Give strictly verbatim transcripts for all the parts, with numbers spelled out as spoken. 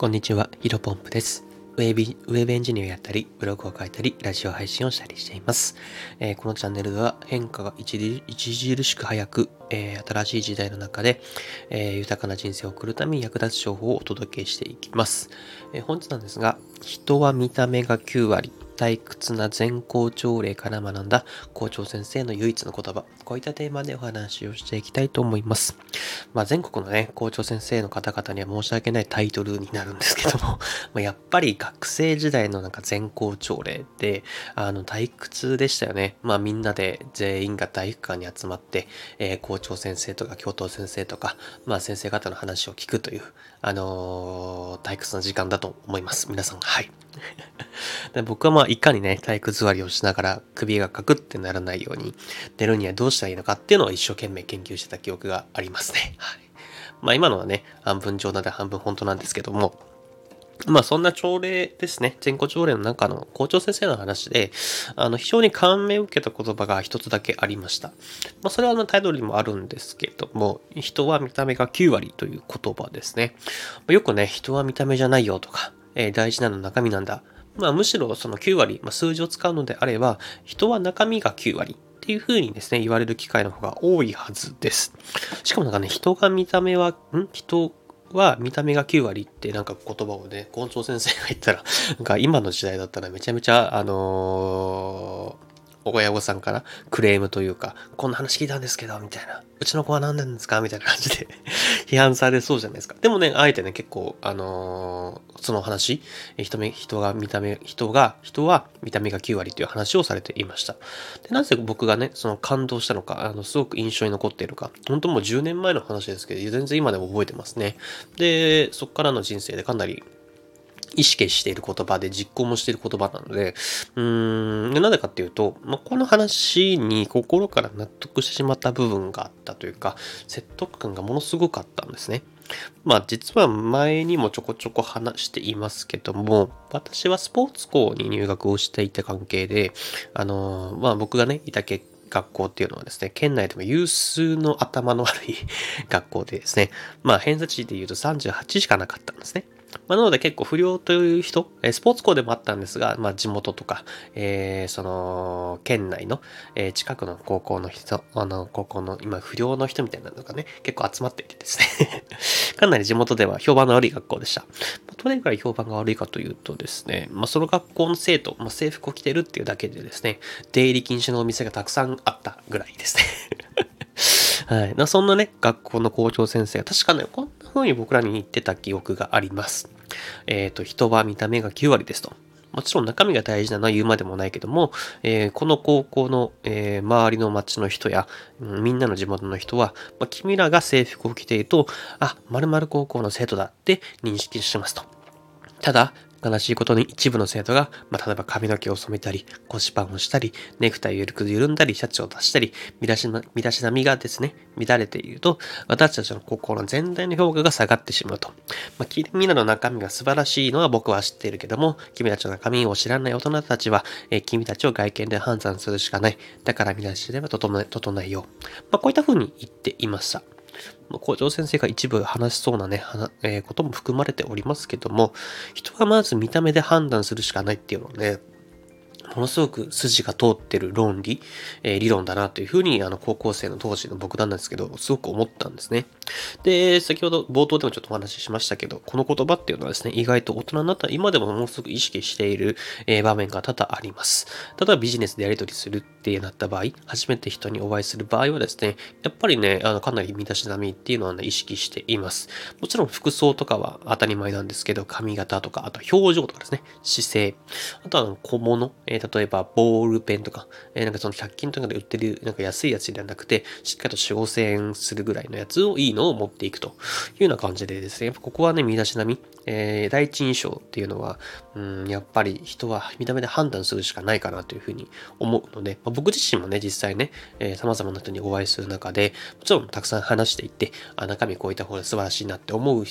こんにちは、ヒロポンプです。ウェブ、ウェブエンジニアをやったり、ブログを書いたり、ラジオ配信をしたりしています。えーこのチャンネルでは変化が著著しく早く、えー新しい時代の中で、えー豊かな人生を送るために役立つ情報をお届けしていきます。えー本日なんですが、人は見た目がきゅうわり。退屈な全校朝礼から学んだ校長先生の唯一の言葉。こういったテーマでお話をしていきたいと思います。まあ、全国のね、校長先生の方々には申し訳ないタイトルになるんですけども、まあやっぱり学生時代のなんか全校朝礼って、あの、退屈でしたよね。まあみんなで全員が体育館に集まって、えー校長先生とか教頭先生とか、まあ先生方の話を聞くという、あのー退屈な時間だと思います。皆さん、はい。で僕はまあいかにね、体育座りをしながら首がカクってならないように寝るにはどうしたらいいのかっていうのを一生懸命研究してた記憶がありますね。はい。まあ今のはね、半分冗談で半分本当なんですけども、まあそんな朝礼ですね。全校朝礼の中の校長先生の話で、あの非常に感銘を受けた言葉が一つだけありました。まあそれはあのタイトルにもあるんですけども、人は見た目がきゅうわりという言葉ですね。よくね、人は見た目じゃないよとか、えー大事なのは中身なんだ。まあむしろそのきゅうわり、まあ、数字を使うのであれば、人は中身がきゅうわり。っていう風にですね、言われる機会の方が多いはずです。しかもなんかね、人が見た目は、ん人は見た目がきゅうわりってなんか言葉をね、校長先生が言ったら、なんか今の時代だったらめちゃめちゃ、あのー親御さんからクレームというか、こんな話聞いたんですけど、みたいな。うちの子は何なんですかみたいな感じで批判されそうじゃないですか。でもね、あえてね、結構、あのーその話、人目、人が見た目、人が、人は見た目がきゅうわりという話をされていました。で、なぜ僕がね、その感動したのか、あの、すごく印象に残っているか、本当もうじゅうねんまえの話ですけど、全然今でも覚えてますね。で、そこからの人生でかなり意識している言葉で実行もしている言葉なので、うーん、なぜかっていうと、まあ、この話に心から納得してしまった部分があったというか、説得感がものすごかったんですね。まあ実は前にもちょこちょこ話していますけども、私はスポーツ校に入学をしていた関係で、あのーまあ僕がね、いたけ学校っていうのはですね、県内でも有数の頭の悪い学校でですね、まあ偏差値で言うとさんじゅうはちしかなかったんですね。まあ、なので結構不良という人、スポーツ校でもあったんですが、まあ地元とか、えー、その、県内の、えー近くの高校の人、あの、高校の今不良の人みたいなのがね、結構集まっていてですねかなり地元では評判の悪い学校でした。どれくらい評判が悪いかというとですね、まあ、その学校の生徒、まあ、制服を着てるっていうだけでですね、出入り禁止のお店がたくさんあったぐらいですねはい。そんなね、学校の校長先生が確かね、こんな風に僕らに言ってた記憶があります。えっ、と、人は見た目がきゅうわりですと。もちろん中身が大事なのは言うまでもないけども、えーこの高校の、えー周りの町の人や、うんみんなの地元の人は、まあ、君らが制服を着ていると、あ、〇〇高校の生徒だって認識しますと。ただ、悲しいことに一部の生徒が、まあ、例えば髪の毛を染めたり、腰パンをしたり、ネクタイを緩く緩んだり、シャツを出したり、身だしな身だしなみがですね、乱れていると、私たちの心の全体の評価が下がってしまうと。まあ、君らの中身が素晴らしいのは僕は知っているけども、君たちの中身を知らない大人たちは、えー君たちを外見で判断するしかない。だから身だしでは整え、整えよう。まあ、こういった風に言っていました。校長先生が一部話しそうなね、はえーことも含まれておりますけども、人はまず見た目で判断するしかないっていうのはね、ものすごく筋が通ってる論理、えー理論だなというふうに、あの、高校生の当時の僕なんですけど、すごく思ったんですね。で、先ほど冒頭でもちょっとお話ししましたけど、この言葉っていうのはですね、意外と大人になったら今でもものすごく意識している、えー場面が多々あります。例えばビジネスでやり取りするってなった場合、初めて人にお会いする場合はですね、やっぱりね、あの、かなり身だしなみっていうのはね、意識しています。もちろん服装とかは当たり前なんですけど、髪型とか、あと表情とかですね、姿勢、あとはあの小物、えー例えばボールペンとか、えーなんかそのひゃく均とかで売ってるなんか安いやつではなくて、しっかりとよん、ごせんえんするぐらいのやつをいいのを持っていくというような感じでですね、やっぱここはね、身だしなみ、えー第一印象っていうのは、うん、やっぱり人は見た目で判断するしかないかなというふうに思うので、まあ、僕自身もね、実際ね、えー、様々な人にお会いする中で、もちろんたくさん話していって、あ、中身こういった方が素晴らしいなって思う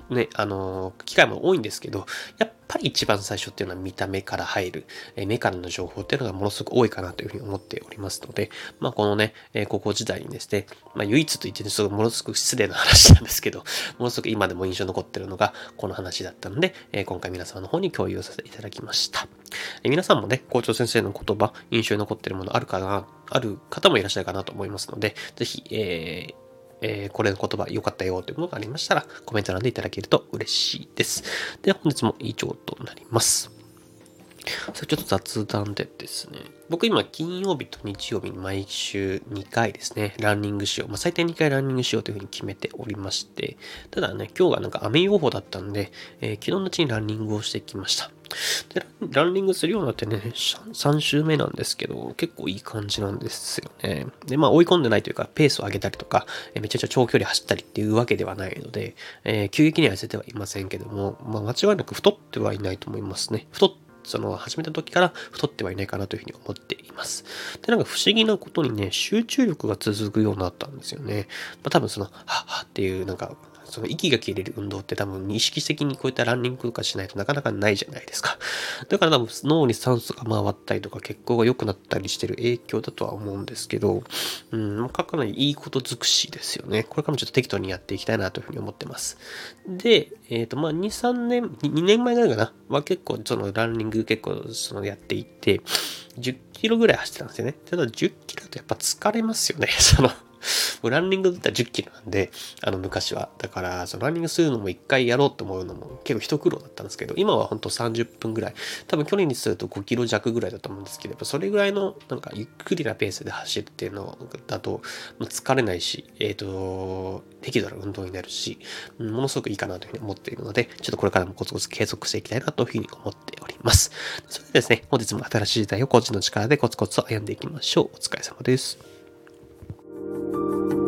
ね、あのー機会も多いんですけど、やっぱり一番最初っていうのは見た目から入る、えー目からの情報っていうのがものすごく多いかなというふうに思っておりますので、まあこのね、えー高校時代にですね、まあ唯一と言ってね、すごいものすごく失礼な話なんですけど、ものすごく今でも印象に残ってるのがこの話だったので、えー今回皆様の方に共有させていただきました。えー皆さんもね、校長先生の言葉、印象に残ってるものあるかな、ある方もいらっしゃるかなと思いますので、ぜひ、えーえーこれの言葉良かったよというものがありましたら、コメント欄でいただけると嬉しいです。では本日も以上となります。それちょっと雑談でですね。僕今金曜日と日曜日に毎週にかいですね、ランニングしよう。まあ、最低にかいランニングしようというふうに決めておりまして、ただね、今日がなんか雨予報だったんで、えー昨日のうちにランニングをしてきました。で、ランニングするようになってね、さん週目なんですけど、結構いい感じなんですよね。で、まあ追い込んでないというか、ペースを上げたりとか、えめちゃくちゃ長距離走ったりっていうわけではないので、えー急激には痩せてはいませんけども、まあ間違いなく太ってはいないと思いますね。太っその始めた時から太ってはいないかなというふうに思っています。で、なんか不思議なことにね、集中力が続くようになったんですよね。まあ多分その、はっはっていうなんか、その息が切れる運動って多分意識的にこういったランニングとかしないとなかなかないじゃないですか。だから多分脳に酸素が回ったりとか血行が良くなったりしてる影響だとは思うんですけど、うん、かなりいいこと尽くしですよね。これからもちょっと適当にやっていきたいなというふうに思ってます。で、えっ、と、まあ、に、さんねん、にねんまえぐらいかなは結構そのランニング結構そのやっていて、じゅっキロぐらい走ってたんですよね。ただじゅっキロだとやっぱ疲れますよね。そのもうランニングだったらじゅっキロなんで、あの昔は。だから、そのランニングするのも一回やろうと思うのも結構一苦労だったんですけど、今はほんとさんじゅっぷんぐらい。多分去年にするとごキロ弱ぐらいだと思うんですけど、やっぱそれぐらいのなんかゆっくりなペースで走るっていうのだと、まあ疲れないし、えっ、と、適度な運動になるし、うんものすごくいいかなというふうに思っているので、ちょっとこれからもコツコツ継続していきたいなというふうに思っております。それでですね、本日も新しい時代を個人の力でコツコツと歩んでいきましょう。お疲れ様です。